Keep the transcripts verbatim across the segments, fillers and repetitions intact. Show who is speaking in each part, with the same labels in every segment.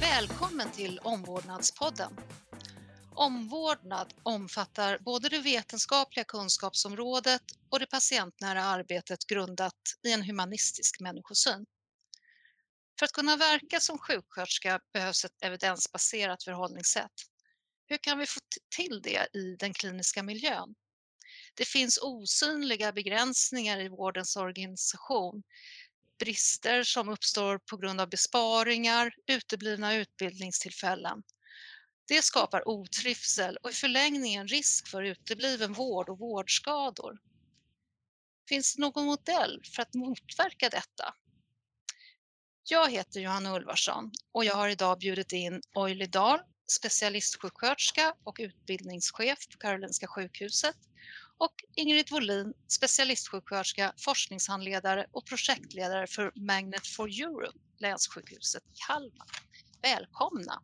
Speaker 1: Välkommen till Omvårdnadspodden. Omvårdnad omfattar både det vetenskapliga kunskapsområdet och det patientnära arbetet grundat i en humanistisk människosyn. För att kunna verka som sjuksköterska behövs ett evidensbaserat förhållningssätt. Hur kan vi få till det i den kliniska miljön? Det finns osynliga begränsningar i vårdens organisation. Brister som uppstår på grund av besparingar, uteblivna utbildningstillfällen. Det skapar otrivsel och i förlängningen risk för utebliven vård och vårdskador. Finns det någon modell för att motverka detta? Jag heter Johanna Ulvarsson och jag har idag bjudit in Oily Dahl, specialistsjuksköterska och utbildningschef på Karolinska sjukhuset, och Ingrid Wåhlin, specialistsjuksköterska, forskningshandledare och projektledare för Magnet for Europe, länssjukhuset i Kalmar. Välkomna!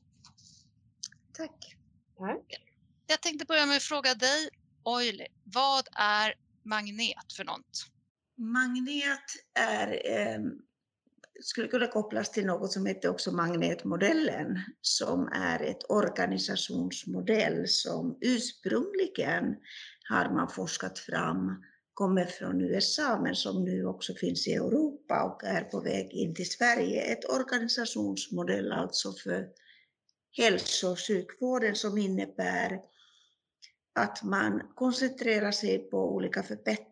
Speaker 2: Tack.
Speaker 3: Tack.
Speaker 1: Jag tänkte börja med att fråga dig, Oily, vad är magnet för något?
Speaker 2: Magnet är, eh, skulle kunna kopplas till något som heter också magnetmodellen, som är ett organisationsmodell som ursprungligen har man forskat fram, kommer från U S A men som nu också finns i Europa och är på väg in till Sverige. Ett organisationsmodell alltså för hälso- och sjukvården som innebär att man koncentrerar sig på olika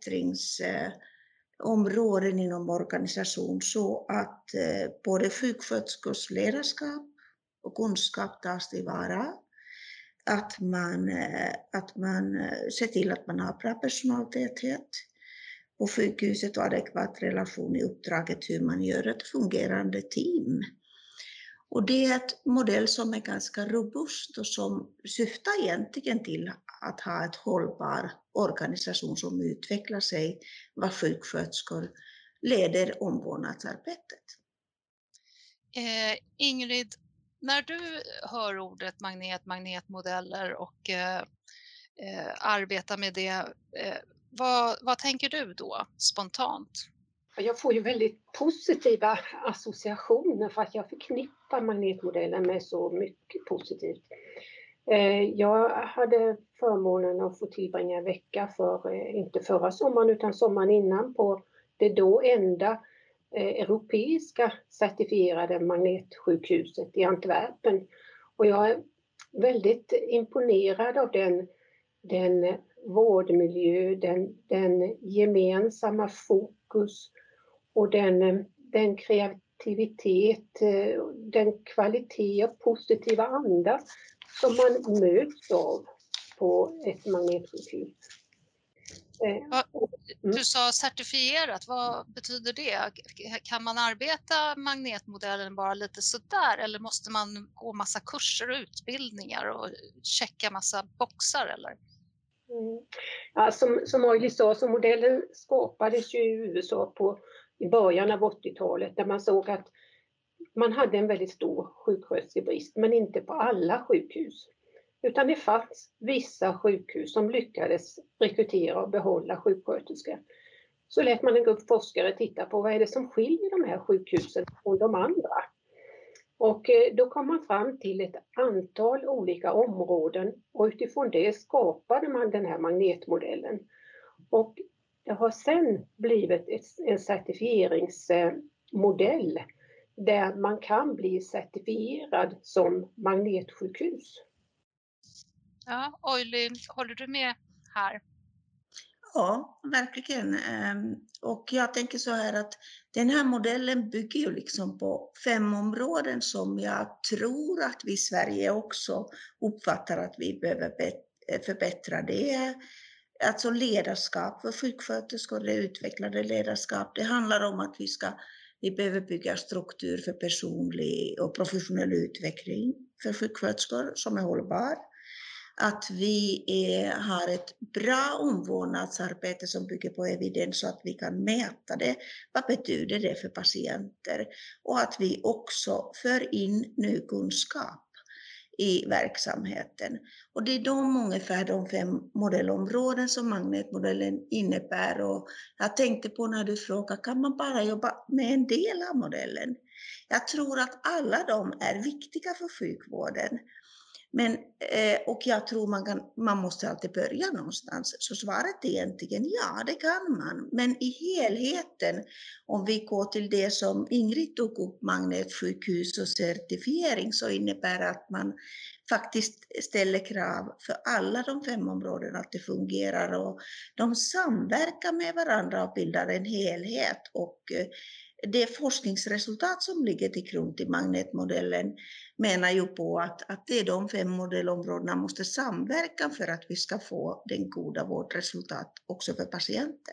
Speaker 2: förbättringsområden inom organisation så att både sjuksköterskors ledarskap och kunskap tas tillvara. Att man, att man ser till att man har bra personaltäthet på sjukhuset och adekvat relation i uppdraget hur man gör ett fungerande team. Och det är ett modell som är ganska robust och som syftar egentligen till att ha ett hållbar organisation som utvecklar sig vad sjuksköterskor leder omvårdnadsarbetet.
Speaker 1: Eh, Ingrid, när du hör ordet magnet, magnetmodeller och eh, eh, arbetar med det, eh, vad, vad tänker du då spontant?
Speaker 3: Jag får ju väldigt positiva associationer för att jag förknippar magnetmodellen med så mycket positivt. Jag hade förmånen att få tillbringa en vecka för, inte förra sommaren utan sommaren innan, på det då enda europeiska certifierade magnetsjukhuset i Antwerpen. Och jag är väldigt imponerad av den, den vårdmiljö, den, den gemensamma fokus och den, den kreativitet, den kvalitet och positiva anda som man möts av på ett magnetsjukhus.
Speaker 1: Du sa certifierat, vad betyder det? Kan man arbeta magnetmodellen bara lite sådär eller måste man gå massa kurser och utbildningar och checka massa boxar eller?
Speaker 3: Mm. Ja, som, som Oily sa, så modellen skapades ju i U S A på, i början av åttiotalet där man såg att man hade en väldigt stor sjuksköterskebrist men inte på alla sjukhus. Utan det fanns vissa sjukhus som lyckades rekrytera och behålla sjuksköterskor. Så lät man en grupp forskare titta på vad är det som skiljer de här sjukhusen från de andra. Och då kom man fram till ett antal olika områden och utifrån det skapade man den här magnetmodellen. Och det har sedan blivit en certifieringsmodell där man kan bli certifierad som magnetsjukhus.
Speaker 1: Ja, Oily, håller du med här?
Speaker 2: Ja, verkligen. Och jag tänker så här att den här modellen bygger ju liksom på fem områden som jag tror att vi i Sverige också uppfattar att vi behöver förbättra. Det är alltså ledarskap för sjuksköterskor, det utvecklade ledarskap. Det handlar om att vi ska vi behöver bygga struktur för personlig och professionell utveckling för sjuksköterskor som är hållbar. Att vi är, har ett bra omvårdnadsarbete som bygger på evidens så att vi kan mäta det. Vad betyder det för patienter? Och att vi också för in ny kunskap i verksamheten. Och det är de ungefär de fem modellområden som magnetmodellen innebär. Och jag tänkte på när du frågar, kan man bara jobba med en del av modellen? Jag tror att alla de är viktiga för sjukvården. Men, eh, och jag tror man, kan, man måste alltid börja någonstans. Så svaret är egentligen ja, det kan man. Men i helheten, om vi går till det som Ingrid tog upp, magnetsjukhus och certifiering, så innebär att man faktiskt ställer krav för alla de fem områdena att det fungerar. Och de samverkar med varandra och bildar en helhet. Och eh, det forskningsresultat som ligger till grund till magnetmodellen menar ju på att, att det är de fem modellområdena måste samverka för att vi ska få den goda vårdresultat också för patienter.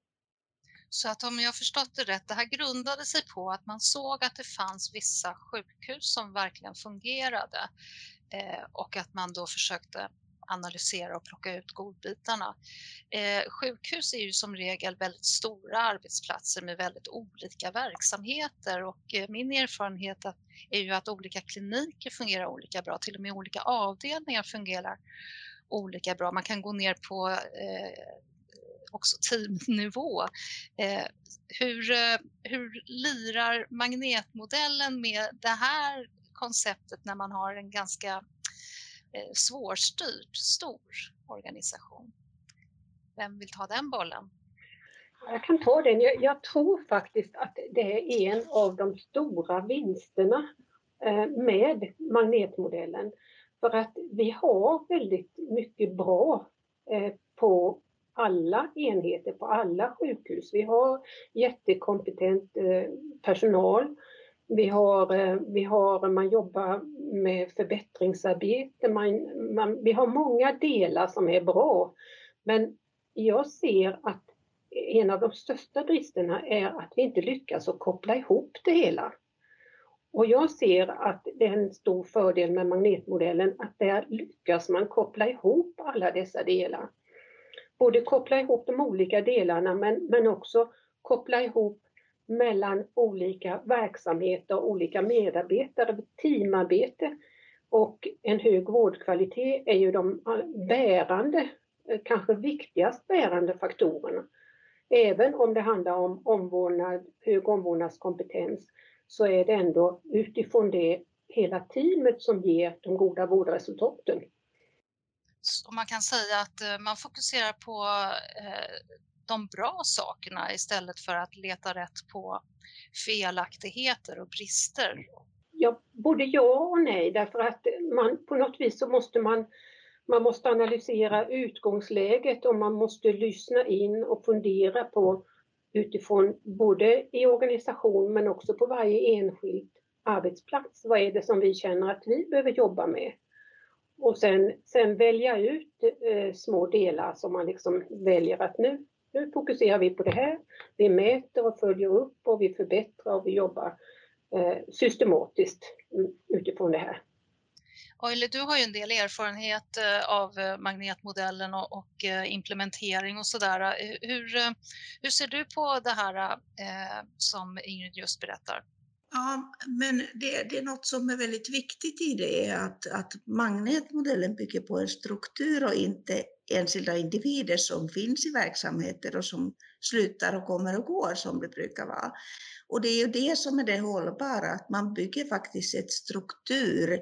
Speaker 1: Så att om jag har förstått det rätt, det här grundade sig på att man såg att det fanns vissa sjukhus som verkligen fungerade eh, och att man då försökte analysera och plocka ut godbitarna. Eh, sjukhus är ju som regel väldigt stora arbetsplatser med väldigt olika verksamheter och eh, min erfarenhet att, är ju att olika kliniker fungerar olika bra, till och med olika avdelningar fungerar olika bra. Man kan gå ner på eh, också teamnivå. Eh, hur, eh, hur lirar magnetmodellen med det här konceptet när man har en ganska eh, svårstyrd, stor organisation? Vem vill ta den bollen?
Speaker 3: Jag kan ta den. Jag, jag tror faktiskt att det är en av de stora vinsterna eh, med magnetmodellen. För att vi har väldigt mycket bra eh, på alla enheter, på alla sjukhus. Vi har jättekompetent eh, personal. Vi har, eh, vi har, man jobbar med förbättringsarbete. Man, man, vi har många delar som är bra. Men jag ser att en av de största bristerna är att vi inte lyckas att koppla ihop det hela. Och jag ser att det är en stor fördel med magnetmodellen att där lyckas man koppla ihop alla dessa delar. Både koppla ihop de olika delarna men, men också koppla ihop mellan olika verksamheter och olika medarbetare, teamarbete och en hög vårdkvalitet är ju de bärande, kanske viktigast bärande faktorerna. Även om det handlar om omvårdnad, hög omvårdnadskompetens så är det ändå utifrån det hela teamet som ger de goda vårdresultaten.
Speaker 1: Så man kan säga att man fokuserar på eh, de bra sakerna istället för att leta rätt på felaktigheter och brister.
Speaker 3: Ja, både ja och nej, därför att man, på något vis så måste man, man måste analysera utgångsläget och man måste lyssna in och fundera på utifrån både i organisation men också på varje enskild arbetsplats. Vad är det som vi känner att vi behöver jobba med? Och sen, sen välja ut eh, små delar som man liksom väljer att nu, nu fokuserar vi på det här. Vi mäter och följer upp och vi förbättrar och vi jobbar eh, systematiskt utifrån det här.
Speaker 1: Oile, du har ju en del erfarenhet av magnetmodellen och, och implementering och sådär. Hur, hur ser du på det här eh, som Ingrid just berättar?
Speaker 2: Ja, men det, det är något som är väldigt viktigt i det, att, att magnetmodellen bygger på en struktur och inte enskilda individer som finns i verksamheter och som slutar och kommer och går som det brukar vara. Och det är ju det som är det hållbara, att man bygger faktiskt ett struktur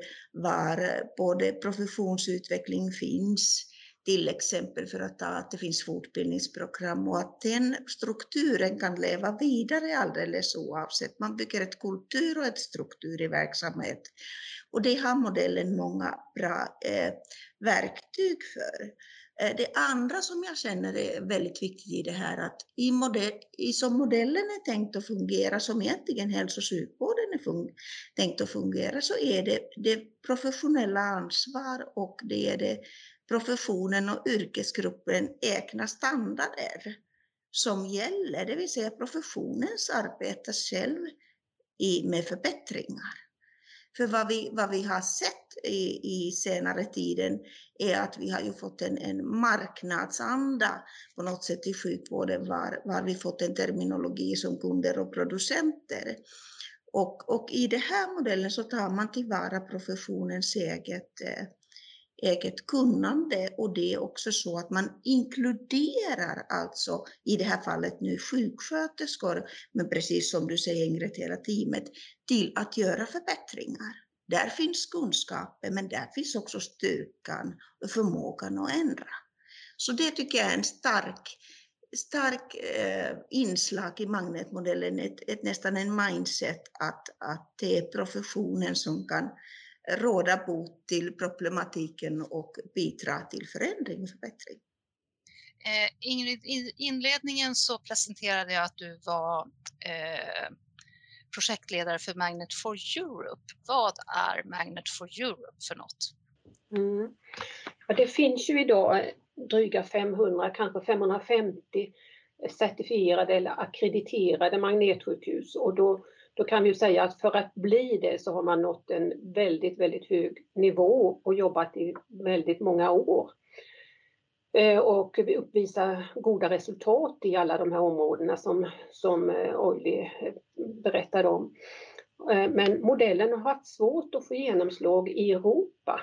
Speaker 2: var både professionsutveckling finns, till exempel för att, ta, att det finns fortbildningsprogram och att den strukturen kan leva vidare alldeles oavsett. Man bygger ett kultur och ett struktur i verksamhet. Och det har modellen många bra eh, verktyg för. Eh, det andra som jag känner är väldigt viktigt i det här, att i, modell, i som modellen är tänkt att fungera, som egentligen hälso- och sjukvården är fun- tänkt att fungera, så är det det professionella ansvar och det är det professionen och yrkesgruppen egna standarder som gäller, det vill säga professionens arbete själv i, med förbättringar. För vad vi, vad vi har sett i, i senare tiden är att vi har ju fått en, en marknadsanda på något sätt i sjukvården var, var vi fått en terminologi som kunder och producenter. Och, och i den här modellen så tar man tillvara professionens eget, eh, eget kunnande, och det är också så att man inkluderar alltså i det här fallet nu sjuksköterskor, men precis som du säger Ingrid, hela teamet, till att göra förbättringar. Där finns kunskapen, men där finns också styrkan och förmågan att ändra. Så det tycker jag är en stark stark eh, inslag i magnetmodellen, ett, ett, nästan en mindset att, att det är professionen som kan råda bot till problematiken och bidra till förändring och förbättring.
Speaker 1: Eh, Ingrid, i inledningen så presenterade jag att du var eh, projektledare för Magnet for Europe. Vad är Magnet for Europe för något?
Speaker 3: Mm. Ja, det finns ju idag dryga femhundra, kanske femhundrafemtio certifierade eller akkrediterade magnetsjukhus, och då, då kan vi ju säga att för att bli det så har man nått en väldigt, väldigt hög nivå och jobbat i väldigt många år. Eh, och vi uppvisar goda resultat i alla de här områdena som, som Oili berättade om. Eh, men modellen har haft svårt att få genomslag i Europa.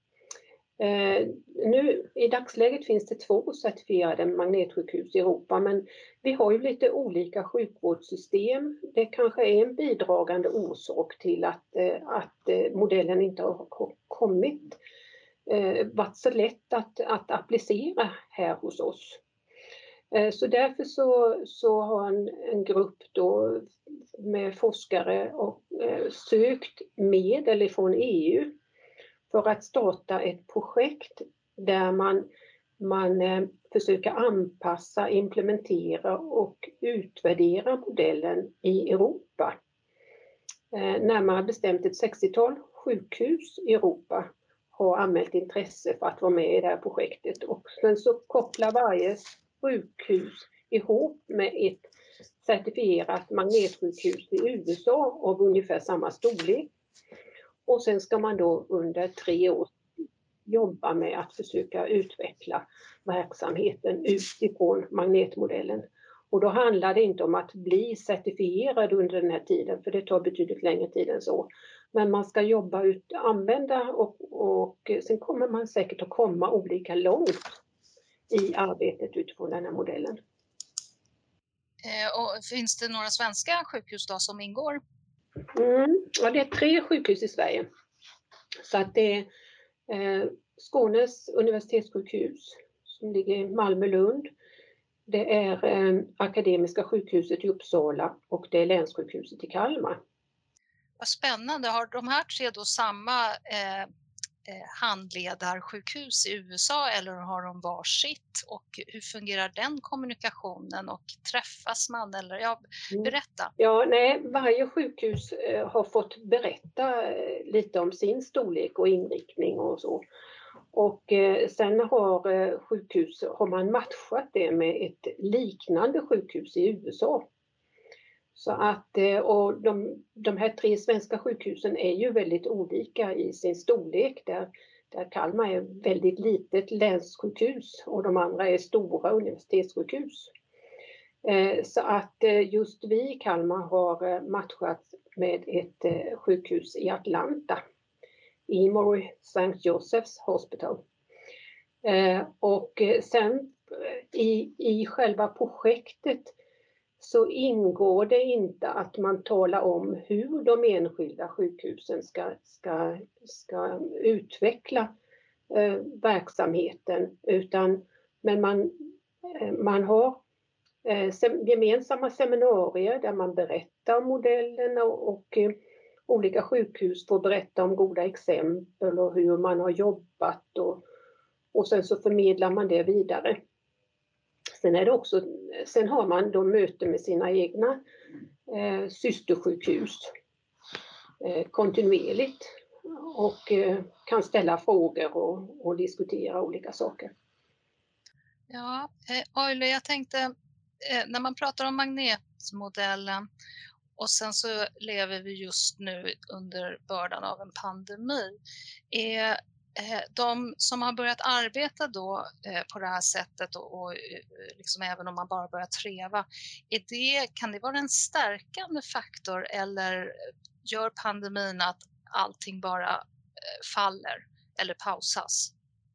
Speaker 3: Eh, nu i dagsläget finns det två certifierade magnetsjukhus i Europa, men vi har ju lite olika sjukvårdssystem. Det kanske är en bidragande orsak till att, eh, att eh, modellen inte har kommit, eh, varit så lätt att, att applicera här hos oss. Eh, så därför så, så har en, en grupp då med forskare och, eh, sökt medel från E U för att starta ett projekt där man, man eh, försöker anpassa, implementera och utvärdera modellen i Europa. Eh, närmare bestämt ett sextiotal sjukhus i Europa har anmält intresse för att vara med i det här projektet. Och sen så kopplar varje sjukhus ihop med ett certifierat magnetsjukhus i U S A av ungefär samma storlek. Och sen ska man då under tre år jobba med att försöka utveckla verksamheten utifrån magnetmodellen. Och då handlar det inte om att bli certifierad under den här tiden, för det tar betydligt längre tid än så. Men man ska jobba ut, använda och, och sen kommer man säkert att komma olika långt i arbetet utifrån den här modellen.
Speaker 1: Eh, och finns det några svenska sjukhus då som ingår?
Speaker 3: Mm, ja, det är tre sjukhus i Sverige. Så att det är eh, Skånes universitetssjukhus som ligger i Malmö-Lund. Det är eh, Akademiska sjukhuset i Uppsala och det är länssjukhuset i Kalmar.
Speaker 1: Vad spännande. Har de här tre då samma eh, handledarsjukhus i U S A eller har de varsitt? Och hur fungerar den kommunikationen och träffas man? Eller, ja, berätta. Mm.
Speaker 3: Ja, nej, varje sjukhus eh, har fått berätta eh, lite om sin storlek och inriktning och så. Och eh, sen har eh, sjukhus, har man matchat det med ett liknande sjukhus i U S A. Så att, eh, och de, de här tre svenska sjukhusen är ju väldigt olika i sin storlek. Där, där Kalmar är väldigt litet länssjukhus och de andra är stora universitetssjukhus. Eh, så att eh, just vi i Kalmar har eh, matchat med ett eh, sjukhus i Atlanta. Emory Saint Joseph's Hospital. Eh, och sen i, i själva projektet så ingår det inte att man talar om hur de enskilda sjukhusen ska, ska, ska utveckla eh, verksamheten, utan men man, eh, man har eh, sem, gemensamma seminarier där man berättar om modellen och, och eh, olika sjukhus får berätta om goda exempel och hur man har jobbat och, och sen så förmedlar man det vidare. Sen, är det också, sen har man då möte med sina egna eh, systersjukhus eh, kontinuerligt och eh, kan ställa frågor och, och diskutera olika saker.
Speaker 1: Ja, eh, Oili, jag tänkte eh, när man pratar om magnetmodellen och sen så lever vi just nu under bördan av en pandemi. Är Eh, De som har börjat arbeta då eh, på det här sättet och, och eh, liksom även om man bara börjar treva, är det, kan det vara en stärkande faktor eller gör pandemin att allting bara eh, faller eller pausas?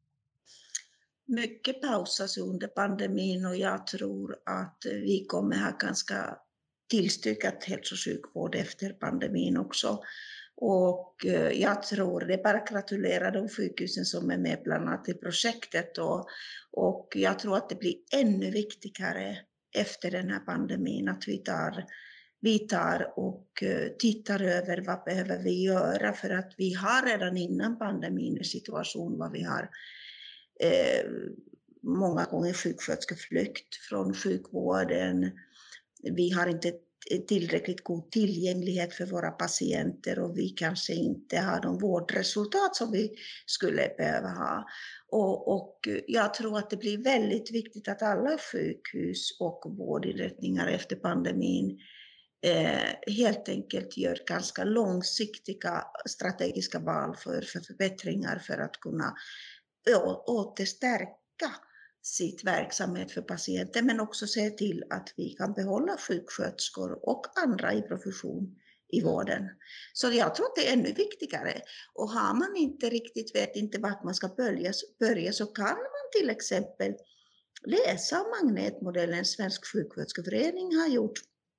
Speaker 2: Mycket pausas under pandemin och jag tror att vi kommer ha ganska tillstyrkat hälso- och sjukvård efter pandemin också. Och eh, jag tror, det är bara att gratulera de sjukhusen som är med bland annat i projektet och, och jag tror att det blir ännu viktigare efter den här pandemin att vi tar, vi tar och eh, tittar över vad behöver vi göra, för att vi har redan innan pandemin en situation vad vi har eh, många gånger sjuksköterskeflykt från sjukvården. Vi har inte tillräckligt god tillgänglighet för våra patienter och vi kanske inte har de vårdresultat som vi skulle behöva ha. Och, och jag tror att det blir väldigt viktigt att alla sjukhus och vårdinrättningar efter pandemin eh, helt enkelt gör ganska långsiktiga strategiska val för, för förbättringar för att kunna å- återstärka sitt verksamhet för patienter, men också se till att vi kan behålla sjuksköterskor och andra i profession i vården. Så jag tror att det är ännu viktigare. Och har man inte riktigt vet inte vart man ska börja, börja så kan man till exempel läsa magnetmodellen. Svensk sjuksköterskeförening har gjort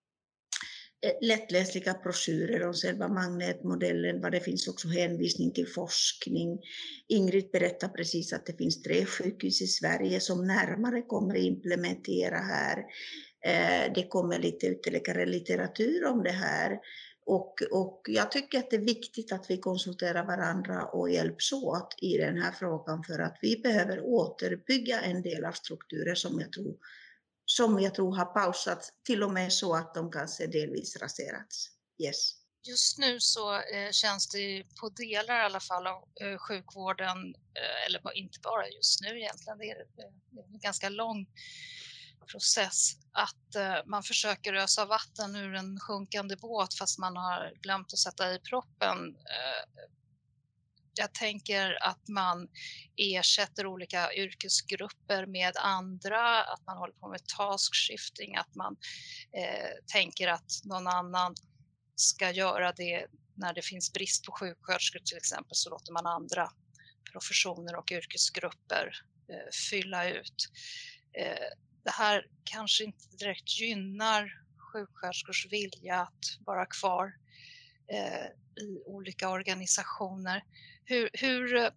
Speaker 2: lättläsliga broschyrer om själva magnetmodellen, vad det finns också hänvisning till forskning. Ingrid berättar precis att det finns tre sjukhus i Sverige som närmare kommer att implementera här. Det kommer lite ytterligare litteratur om det här. Och, och jag tycker att det är viktigt att vi konsulterar varandra och hjälps åt i den här frågan, för att vi behöver återbygga en del av strukturer som jag tror som jag tror har pausats, till och med så att de kanske delvis raserats. Yes.
Speaker 1: Just nu så eh, känns det på delar i alla fall av eh, sjukvården, eh, eller inte bara just nu egentligen, det är, eh, det är en ganska lång process, att eh, man försöker ösa vatten ur en sjunkande båt fast man har glömt att sätta i proppen. Eh, jag tänker att man ersätter olika yrkesgrupper med andra, att man håller på med task shifting, att man eh, tänker att någon annan ska göra det. När det finns brist på sjuksköterskor till exempel, så låter man andra professioner och yrkesgrupper eh, fylla ut. Eh, det här kanske inte direkt gynnar sjuksköterskors vilja att vara kvar eh, i olika organisationer. Hur, hur eh,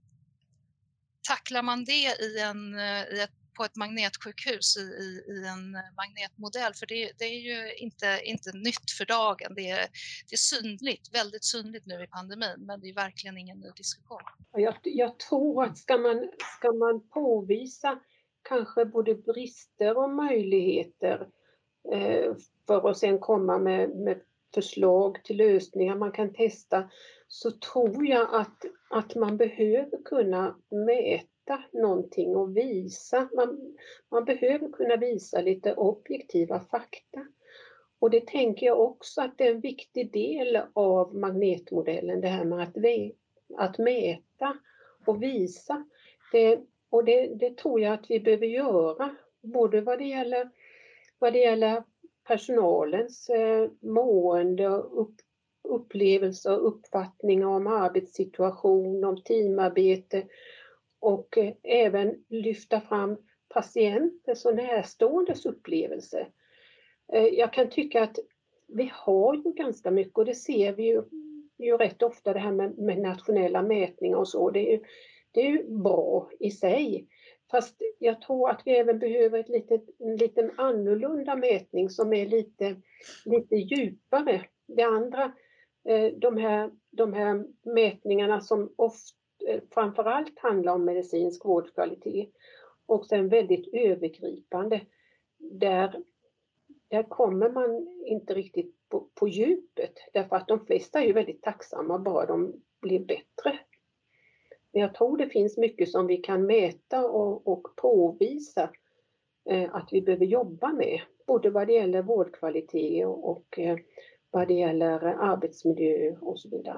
Speaker 1: tacklar man det i en, eh, i ett, på ett magnetsjukhus i, i, i en magnetmodell? För det, det är ju inte, inte nytt för dagen. Det är, det är synligt, väldigt synligt nu i pandemin, men det är verkligen ingen ny diskussion.
Speaker 3: Jag, jag tror att ska man, ska man påvisa kanske både brister och möjligheter eh, för att sen komma med, med förslag till lösningar man kan testa, så tror jag att, att man behöver kunna mäta någonting och visa. Man, man behöver kunna visa lite objektiva fakta. Och det tänker jag också att det är en viktig del av magnetmodellen, det här med att, att mäta och visa. Det, och det, det tror jag att vi behöver göra, både vad det gäller, vad det gäller personalens eh, mående, upp, upplevelse och uppfattning om arbetssituation, om teamarbete, och eh, även lyfta fram patienters och närståendes upplevelse. Eh, jag kan tycka att vi har ju ganska mycket, och det ser vi ju, ju rätt ofta, det här med, med nationella mätningar och så. Det är ju, det är ju bra i sig. Fast jag tror att vi även behöver ett litet, en liten annorlunda mätning som är lite, lite djupare. Det andra, de här, de här mätningarna som ofta, framförallt handlar om medicinsk vårdkvalitet och sen väldigt övergripande, där, där kommer man inte riktigt på, på djupet. Därför att de flesta är ju väldigt tacksamma bara de blir bättre. Men jag tror det finns mycket som vi kan mäta och, och påvisa eh, att vi behöver jobba med. Både vad det gäller vårdkvalitet och, och eh, vad det gäller arbetsmiljö och så vidare.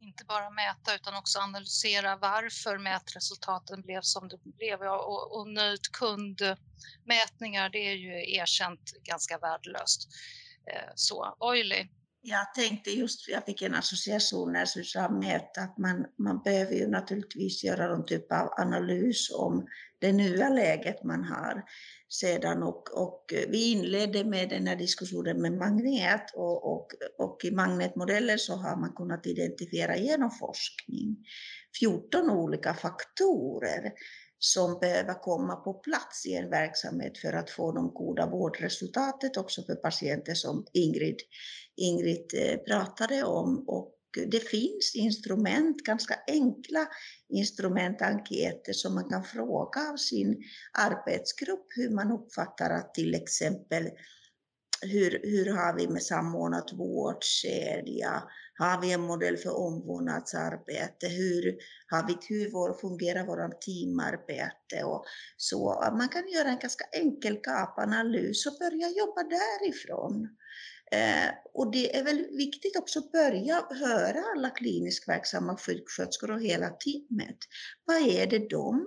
Speaker 1: inte bara mäta utan också analysera varför mätresultaten blev som det blev. Och, och nöjd kundmätningar, det är ju erkänt ganska värdelöst. Så, Oili.
Speaker 2: Jag tänkte just, jag fick en association när du sa mäta, att man, man behöver ju naturligtvis göra någon typ av analys om det nya läget man har sedan. Och, och vi inledde med den här diskussionen med magnet och, och, och i magnetmodeller så har man kunnat identifiera genom forskning fjorton olika faktorer som behöver komma på plats i en verksamhet för att få de goda vårdresultatet också för patienter som Ingrid, Ingrid pratade om. Och det finns instrument, ganska enkla instrument, enkäter som man kan fråga av sin arbetsgrupp hur man uppfattar att till exempel hur, hur har vi med samordnat vårdkedja, har vi en modell för omvårdnadsarbete, hur, har vi, hur vår, fungerar vårt teamarbete och så. Man kan göra en ganska enkel gapanalys och börja jobba därifrån. Eh, och det är väl viktigt också att börja höra alla kliniskt verksamma sjuksköterskor och hela teamet. Vad är det de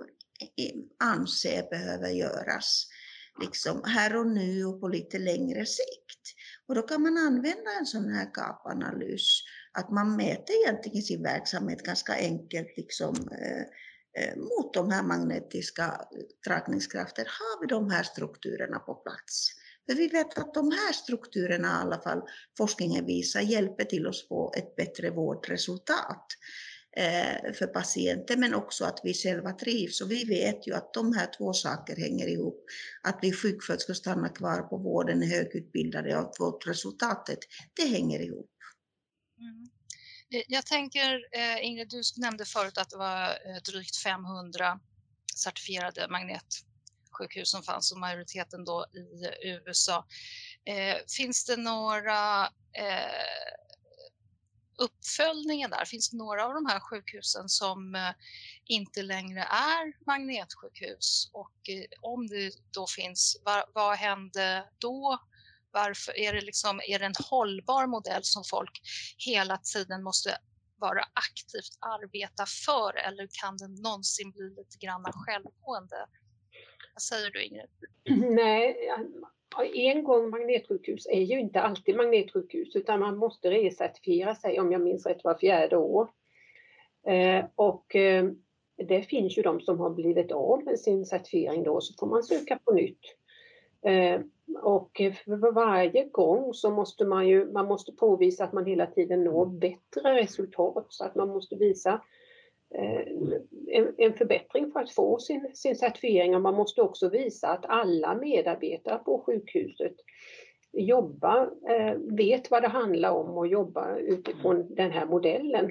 Speaker 2: anser behöver göras liksom här och nu och på lite längre sikt? Och då kan man använda en sån här gapanalys, att man mäter egentligen sin verksamhet ganska enkelt liksom, eh, eh, mot de här magnetiska dragningskrafter. Har vi de här strukturerna på plats? För vi vet att de här strukturerna, i alla fall forskningen visar, hjälper till att få ett bättre vårdresultat eh, för patienter, men också att vi själva trivs. Och vi vet ju att de här två saker hänger ihop. Att vi sjuksköterskor stannar kvar på vården, är högutbildade, och att vårdresultatet, det hänger ihop.
Speaker 1: Mm. Jag tänker, eh, Ingrid, du nämnde förut att det var eh, drygt femhundra certifierade magnetsjukhus som fanns, och majoriteten då i U S A. Eh, finns det några eh, uppföljningar där? Finns det några av de här sjukhusen som eh, inte längre är magnetsjukhus? Och eh, om det då finns, var, vad hände då? Varför är det liksom, är det en hållbar modell som folk hela tiden måste vara aktivt arbeta för, eller kan den någonsin bli lite grann självgående? Vad säger du, Ingrid?
Speaker 3: Nej, en gång magnetsjukhus är ju inte alltid magnetsjukhus, utan man måste recertifiera sig, om jag minns rätt, var fjärde år. Eh, och eh, det finns ju de som har blivit av med sin certifiering då, så får man söka på nytt. Eh, och för varje gång så måste man ju, man måste påvisa att man hela tiden når bättre resultat, så att man måste visa En, en förbättring för att få sin, sin certifiering, och man måste också visa att alla medarbetare på sjukhuset jobbar, eh, vet vad det handlar om och jobbar utifrån den här modellen.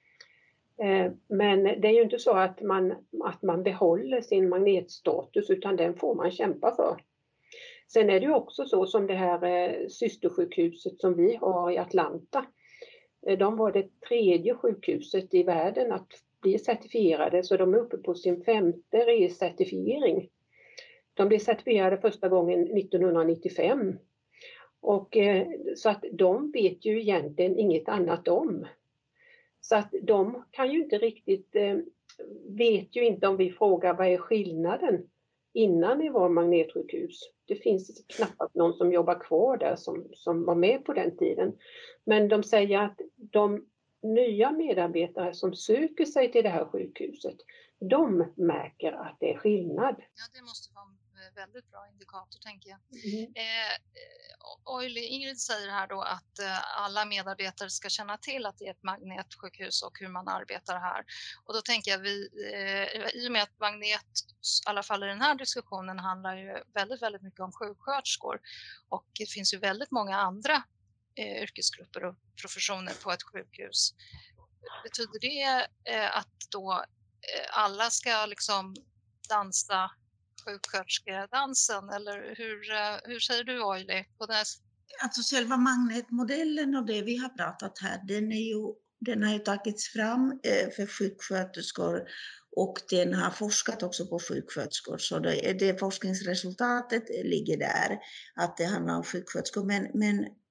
Speaker 3: Eh, men det är ju inte så att man, att man behåller sin magnetstatus, utan den får man kämpa för. Sen är det ju också så som det här eh, systersjukhuset som vi har i Atlanta. Eh, de var det tredje sjukhuset i världen att blir certifierade, så de är uppe på sin femte recertifiering. De blev certifierade första gången nittonhundranittiofem. Och eh, så att de vet ju egentligen inget annat om. Så att de kan ju inte riktigt, eh, vet ju inte, om vi frågar vad är skillnaden innan vi var magnetsjukhus. Det finns knappast någon som jobbar kvar där som, som var med på den tiden. Men de säger att de nya medarbetare som söker sig till det här sjukhuset, de märker att det är skillnad.
Speaker 1: Ja, det måste vara en väldigt bra indikator, tänker jag.
Speaker 3: Mm.
Speaker 1: Eh, Oili, Ingrid säger här då att eh, alla medarbetare ska känna till att det är ett magnetsjukhus och hur man arbetar här. Och då tänker jag, vi, eh, i och med att magnet, i alla fall i den här diskussionen, handlar ju väldigt, väldigt mycket om sjuksköterskor. Och det finns ju väldigt många andra eh, yrkesgrupper och professioner på ett sjukhus. Betyder det eh, att då eh, alla ska liksom dansa sjuksköterskedansen, eller hur, hur säger du, Oili?
Speaker 2: Alltså själva magnetmodellen och det vi har pratat här, den, är ju, den har ju tagits fram för sjuksköterskor, och den har forskat också på sjuksköterskor, så det, det forskningsresultatet ligger där, att det handlar om sjuksköterskor. Men, men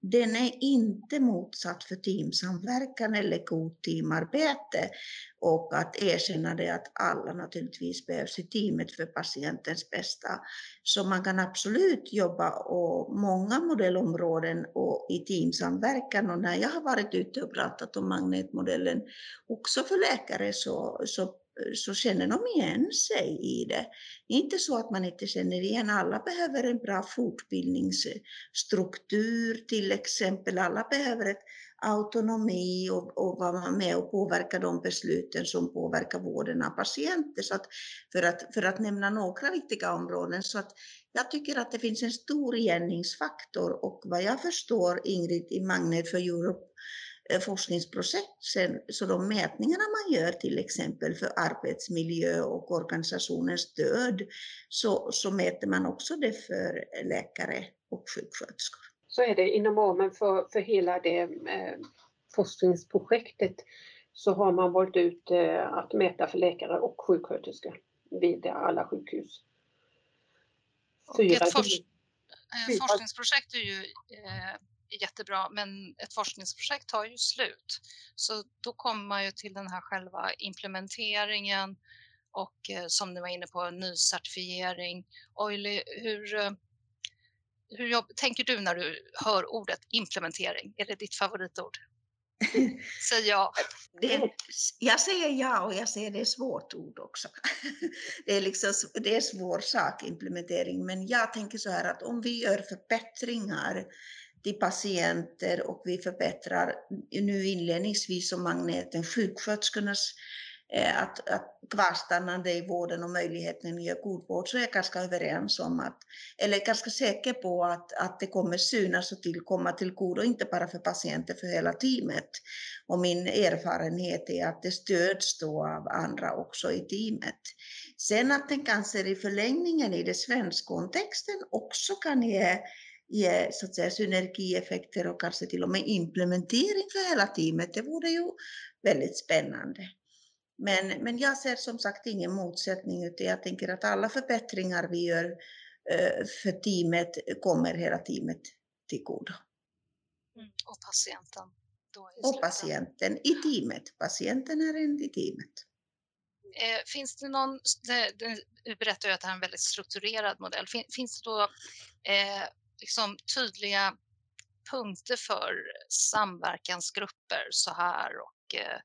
Speaker 2: den är inte motsatt för teamsamverkan eller god teamarbete och att erkänna det att alla naturligtvis behövs i teamet för patientens bästa. Så man kan absolut jobba på många modellområden och i teamsamverkan, och när jag har varit ute och pratat om magnetmodellen också för läkare så, så så känner de igen sig i det. Det är inte så att man inte känner igen, alla behöver en bra fortbildningsstruktur till exempel, alla behöver ett autonomi och, och vara med och påverka de besluten som påverkar vården av patienter. Så att för, att, för att nämna några viktiga områden, så att jag tycker att det finns en stor igenkänningsfaktor, och vad jag förstår, Ingrid, i Magnet for Europe forskningsprojekt, så de mätningarna man gör till exempel för arbetsmiljö och organisationens stöd, så, så mäter man också det för läkare och sjuksköterskor.
Speaker 3: Så är det inom ramen för, för hela det eh, forskningsprojektet, så har man valt ut eh, att mäta för läkare och sjuksköterskor vid alla sjukhus.
Speaker 1: Fyra, ett fors- fyra. forskningsprojekt är ju eh, jättebra, men ett forskningsprojekt tar ju slut. Så då kommer man ju till den här själva implementeringen och eh, som du var inne på, ny certifiering. Oili, hur, eh, hur jobb, tänker du när du hör ordet implementering? Är det ditt favoritord? Säg ja.
Speaker 2: Det, jag säger ja, och jag säger det är ett svårt ord också. Det är, liksom, det är en svår sak, implementering, men jag tänker så här att om vi gör förbättringar till patienter och vi förbättrar nu inledningsvis som magneten sjuksköterskornas eh, att, att kvarstannande i vården och möjligheten att göra god vård, så är jag ganska överens om att, eller ganska säker på att, att det kommer synas och tillkomma till god, och inte bara för patienter, för hela teamet. Och min erfarenhet är att det stöds då av andra också i teamet. Sen att den kanske i förlängningen i den svenska kontexten också kan ge ge så att säga synergieffekter och kanske till och med implementering för hela teamet. Det vore ju väldigt spännande. Men, men jag ser som sagt ingen motsättning, utan jag tänker att alla förbättringar vi gör eh, för teamet kommer hela teamet till godo.
Speaker 1: Mm, och patienten. Då
Speaker 2: och patienten i teamet. Patienten är en i teamet.
Speaker 1: Eh, finns det någon, det, det, du berättar ju att det här är en väldigt strukturerad modell. Fin, finns det då eh, liksom tydliga punkter för samverkansgrupper så här och eh,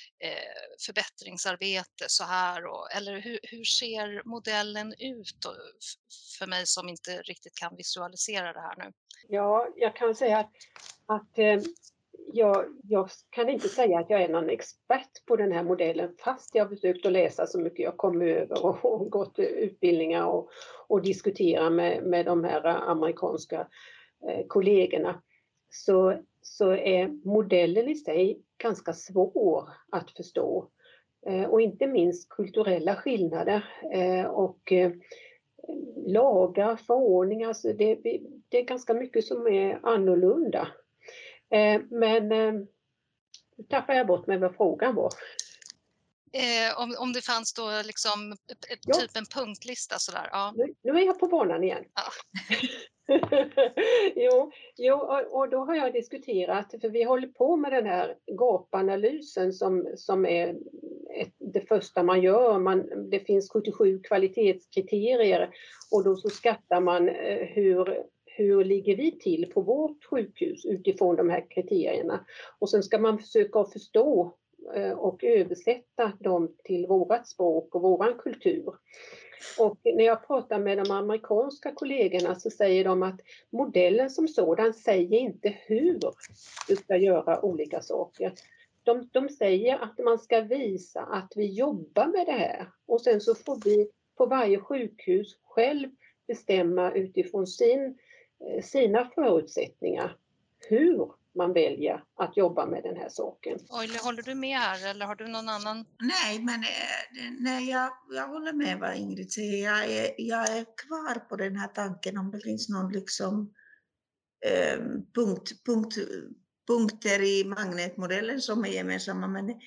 Speaker 1: förbättringsarbete så här, och, eller hur, hur ser modellen ut då, för mig som inte riktigt kan visualisera det här nu?
Speaker 3: Ja, jag kan säga att, att eh, jag, jag kan inte säga att jag är någon expert på den här modellen, fast jag har försökt att läsa så mycket jag kom över och, och gått utbildningar och, och diskutera med, med de här amerikanska eh, kollegorna. Så, så är modellen i sig ganska svår att förstå. Eh, och inte minst kulturella skillnader eh, och eh, lagar, förordningar, alltså det, det är ganska mycket som är annorlunda. Eh, men eh, nu tappar jag bort mig vad frågan var.
Speaker 1: Eh, om, om det fanns då liksom
Speaker 3: Ja.
Speaker 1: typ en punktlista sådär. Ja.
Speaker 3: Nu, nu är jag på banan igen.
Speaker 1: Ja.
Speaker 3: jo, jo och, och då har jag diskuterat, för vi håller på med den här gapanalysen som, som är ett, det första man gör. Man, det finns sjuttiosju kvalitetskriterier och då så skattar man eh, hur, hur ligger vi till på vårt sjukhus utifrån de här kriterierna. Och sen ska man försöka att förstå eh, och översätta dem till vårat språk och våran kultur. Och när jag pratar med de amerikanska kollegorna så säger de att modellen som sådan säger inte hur du ska göra olika saker. De, de säger att man ska visa att vi jobbar med det här, och sen så får vi på varje sjukhus själv bestämma utifrån sin, sina förutsättningar hur man väljer att jobba med den här saken.
Speaker 1: Oili, håller du med här eller har du någon annan?
Speaker 2: Nej, men nej, jag, jag håller med vad Ingrid säger. Jag är, jag är kvar på den här tanken om det finns någon liksom eh, punkt, punkt, punkter i magnetmodellen som är gemensamma. Men,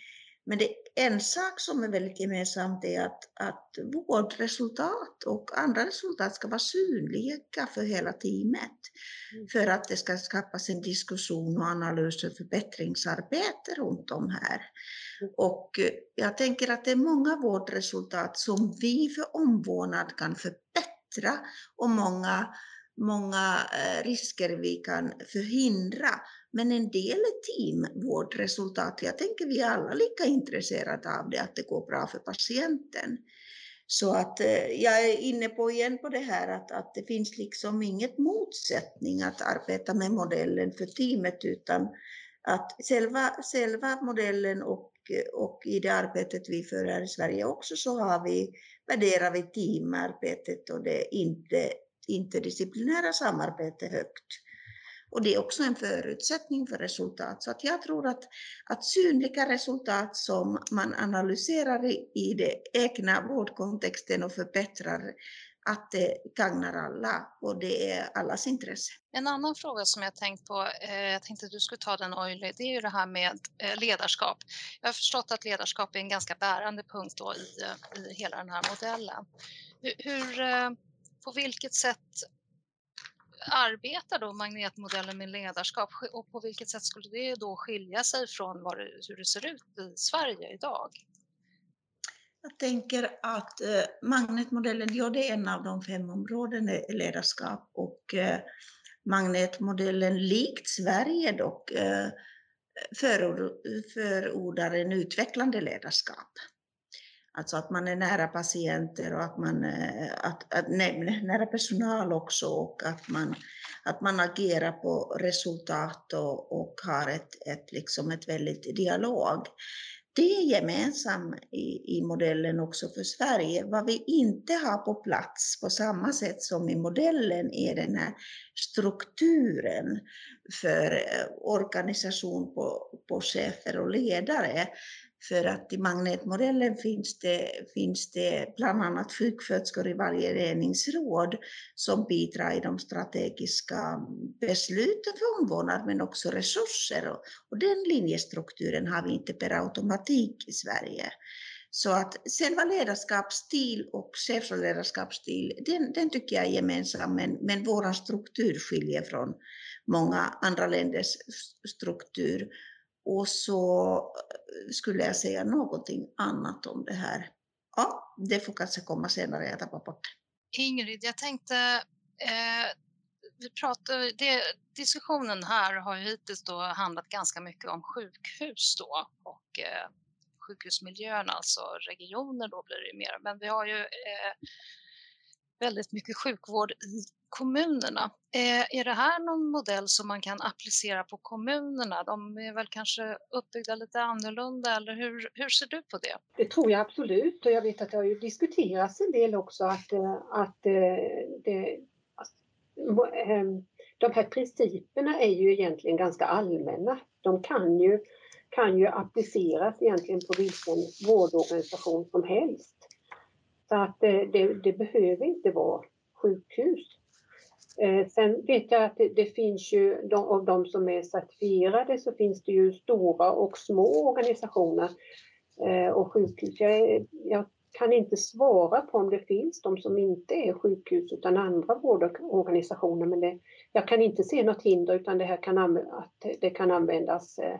Speaker 2: Men det, en sak som är väldigt gemensamt är att, att vårdresultat och andra resultat ska vara synliga för hela teamet. Mm. För att det ska skapas en diskussion och analys och förbättringsarbete runt om här. Mm. Och jag tänker att det är många vårdresultat som vi för omvårdnad kan förbättra och många många risker vi kan förhindra. Men en del är teamvårdresultat. Jag tänker vi är alla lika intresserade av det, att det går bra för patienten. Så att jag är inne på igen på det här att, att det finns liksom inget motsättning att arbeta med modellen för teamet, utan att själva, själva modellen och, och i det arbetet vi för här i Sverige också så har vi, värderar vi teamarbetet och det är inte interdisciplinära samarbete högt. Och det är också en förutsättning för resultat. Så att jag tror att, att synliga resultat som man analyserar i, i det egna vårdkontexten och förbättrar, att det gagnar alla och det är allas intresse.
Speaker 1: En annan fråga som jag tänkt på, eh, jag tänkte att du skulle ta den Oili, det är ju det här med eh, ledarskap. Jag har förstått att ledarskap är en ganska bärande punkt då i, i hela den här modellen. Hur, hur eh, på vilket sätt arbetar då magnetmodellen med ledarskap och på vilket sätt skulle det då skilja sig från vad det, hur det ser ut i Sverige idag?
Speaker 2: Jag tänker att eh, magnetmodellen, ja, det är en av de fem områdena i ledarskap och eh, magnetmodellen likt Sverige dock eh, förord, förordar en utvecklande ledarskap. Alltså att man är nära patienter och att man att, att, nej, nära personal också och att man, att man agerar på resultat och, och har ett, ett, liksom ett väldigt dialog. Det är gemensamt i, i modellen också för Sverige. Vad vi inte har på plats på samma sätt som i modellen är den här strukturen för organisation på, på chefer och ledare. För att i magnetmodellen finns det, finns det bland annat sjuksköterskor i varje ledningsråd som bidrar i de strategiska besluten för omvårdnad men också resurser. Och, och den linjestrukturen har vi inte per automatik i Sverige. Så att själva ledarskapsstil och chefsledarskapsstil, den, den tycker jag är gemensam, men, men vår struktur skiljer från många andra länders struktur. Och så skulle jag säga någonting annat om det här. Ja, det får kanske komma senare, jag tappar bort.
Speaker 1: Ingrid, jag tänkte, eh, vi pratade, det, diskussionen här har ju hittills då handlat ganska mycket om sjukhus då och eh, sjukhusmiljön, alltså regioner då blir det mer. Men vi har ju eh, väldigt mycket sjukvård i kommunerna. Eh, är det här någon modell som man kan applicera på kommunerna? De är väl kanske uppbyggda lite annorlunda, eller hur, hur ser du på det?
Speaker 3: Det tror jag absolut, och jag vet att det har ju diskuterats en del också att, att det, att, de här principerna är ju egentligen ganska allmänna. De kan ju, kan ju appliceras egentligen på vilken vårdorganisation som helst. Så att det, det, det behöver inte vara sjukhus. Eh, sen vet jag att det, det finns ju, de, av de som är certifierade så finns det ju stora och små organisationer eh, och sjukhus. Jag, jag kan inte svara på om det finns de som inte är sjukhus utan andra vårdorganisationer, men det, jag kan inte se något hinder utan det här kan, att det kan användas eh,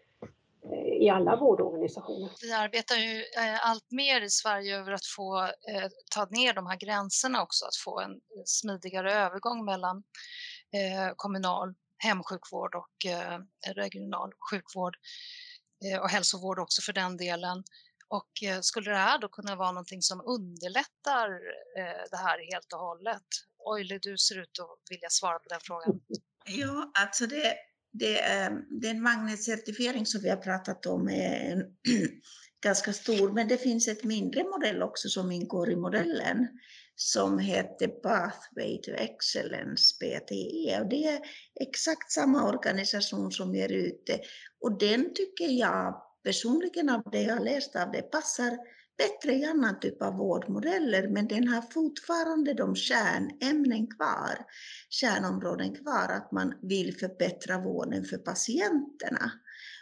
Speaker 3: i alla vårdorganisationer.
Speaker 1: Vi arbetar ju allt mer i Sverige över att få eh, ta ner de här gränserna också, att få en smidigare övergång mellan eh, kommunal hemsjukvård och eh, regional sjukvård eh, och hälsovård också för den delen. Och eh, skulle det här då kunna vara någonting som underlättar eh, det här helt och hållet? Oili, du ser ut att vilja svara på den frågan.
Speaker 2: Ja, alltså det Det, den magnetcertifiering som vi har pratat om är en ganska stor, men det finns ett mindre modell också som ingår i modellen som heter Pathway to Excellence, P T E, och det är exakt samma organisation som ger ut det, och den tycker jag personligen av det jag har läst av det passar bättre i annan typ av vårdmodeller, men den har fortfarande de kärnämnen kvar, kärnområden kvar, att man vill förbättra vården för patienterna.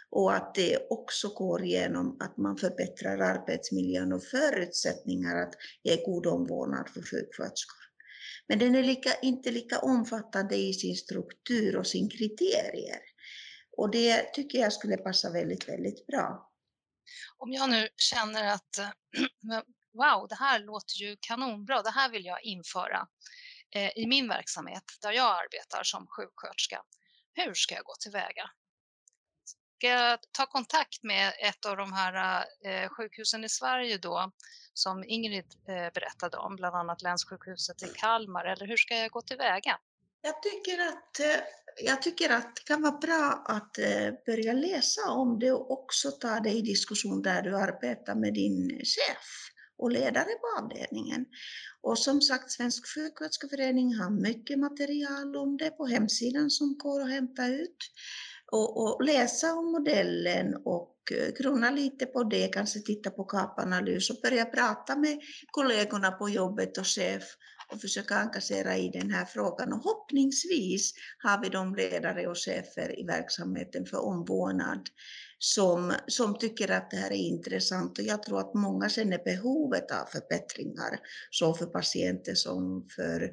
Speaker 2: och att det också går igenom att man förbättrar arbetsmiljön och förutsättningar att ge god omvårdnad för sjuksköterskor. Men den är lika, inte lika omfattande i sin struktur och sin kriterier. Och det tycker jag skulle passa väldigt, väldigt bra.
Speaker 1: Om jag nu känner att wow, det här låter ju kanonbra, det här vill jag införa eh, i min verksamhet där jag arbetar som sjuksköterska. Hur ska jag gå tillväga? Ska jag ta kontakt med ett av de här eh, sjukhusen i Sverige då som Ingrid eh, berättade om, bland annat länssjukhuset i Kalmar, eller hur ska jag gå tillväga?
Speaker 2: Jag tycker att, eh, jag tycker att det kan vara bra att eh, börja läsa om det och också ta det i diskussion där du arbetar med din chef och ledare på avdelningen. Och som sagt, Svensk sjuksköterskeförening har mycket material om det på hemsidan som går att hämta ut. Och, och läsa om modellen och grunna lite på det, kanske titta på kapanalys och börja prata med kollegorna på jobbet och chef och försöka engagera i den här frågan. Och hoppningsvis har vi de ledare och chefer i verksamheten för omvårdnad som, som tycker att det här är intressant. Och jag tror att många känner behovet av förbättringar, så för patienter som för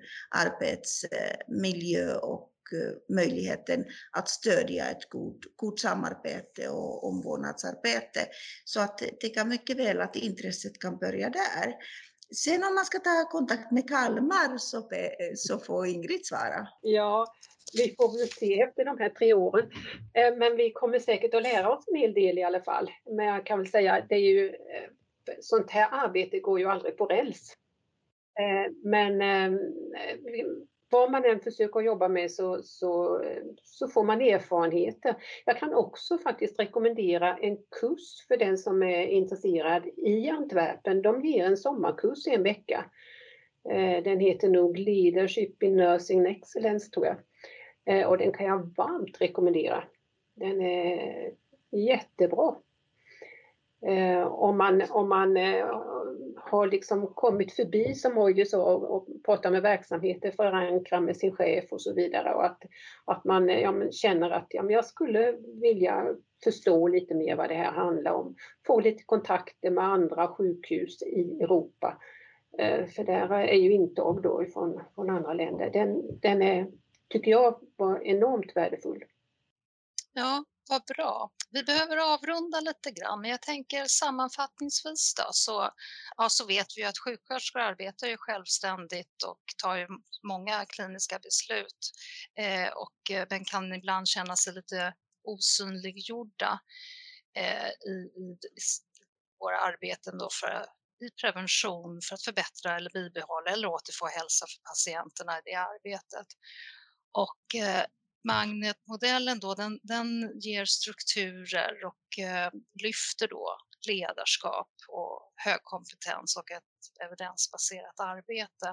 Speaker 2: arbetsmiljö och möjligheten att stödja ett god, god samarbete och omvårdnadsarbete. Så att det kan mycket väl att intresset kan börja där. Sen om man ska ta kontakt med Kalmar så, så får Ingrid svara.
Speaker 3: Ja, vi får väl se efter de här tre åren. Men vi kommer säkert att lära oss en hel del i alla fall. Men jag kan väl säga att det är ju, sånt här arbete går ju aldrig på räls. Men vad man än försöker jobba med så, så, så får man erfarenheter. Jag kan också faktiskt rekommendera en kurs för den som är intresserad i Antwerpen. De ger en sommarkurs i en vecka. Den heter nog Leadership in Nursing Excellence, tror jag. Och den kan jag varmt rekommendera. Den är jättebra. Om man, om man har liksom kommit förbi, som Morgan sa, och pratar med verksamheter, förankra med sin chef och så vidare. Och att, att man ja, men känner att ja, men jag skulle vilja förstå lite mer vad det här handlar om. Få lite kontakter med andra sjukhus i Europa. För där är ju intag då från, från andra länder. Den, den är, tycker jag, var enormt värdefull.
Speaker 1: Ja, vad bra. Vi behöver avrunda lite grann, men jag tänker sammanfattningsvis då, så, ja, så vet vi ju att sjuksköterskor arbetar ju självständigt och tar ju många kliniska beslut eh, och men kan ibland känna sig lite osynliggjorda eh, i, i, i våra arbeten då för i prevention för att förbättra eller bibehålla eller återfå hälsa för patienterna i det arbetet. Och eh, Magnetmodellen då, den, den ger strukturer och eh, lyfter då ledarskap och hög kompetens och ett evidensbaserat arbete.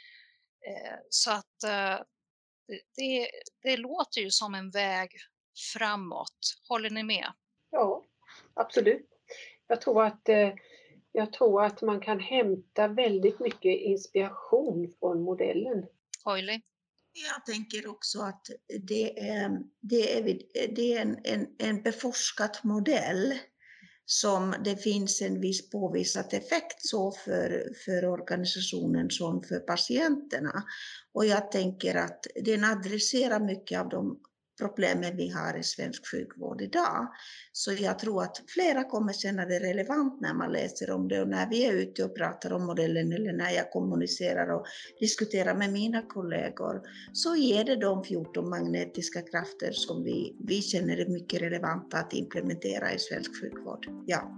Speaker 1: Eh, så att eh, det, det låter ju som en väg framåt. Håller ni med?
Speaker 3: Ja, absolut. Jag tror att eh, Jag tror att man kan hämta väldigt mycket inspiration från modellen.
Speaker 1: Oili?
Speaker 2: Jag tänker också att det är, det är, det är en, en, en beforskad modell som det finns en viss påvisad effekt så för, för organisationen som för patienterna. Och jag tänker att den adresserar mycket av de problemen vi har i svensk sjukvård idag. Så jag tror att flera kommer känna det relevant när man läser om det och när vi är ute och pratar om modellen eller när jag kommunicerar och diskuterar med mina kollegor så är det de fjorton magnetiska krafter som vi, vi känner är mycket relevanta att implementera i svensk sjukvård. Ja.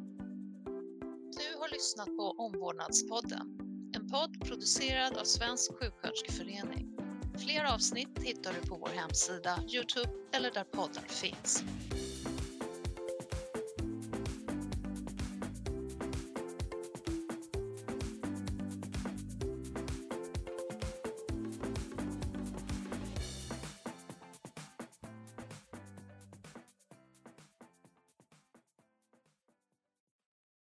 Speaker 1: Du har lyssnat på Omvårdnadspodden, en podd producerad av Svensk sjuksköterskeförening. Fler avsnitt hittar du på vår hemsida, YouTube eller där poddar finns.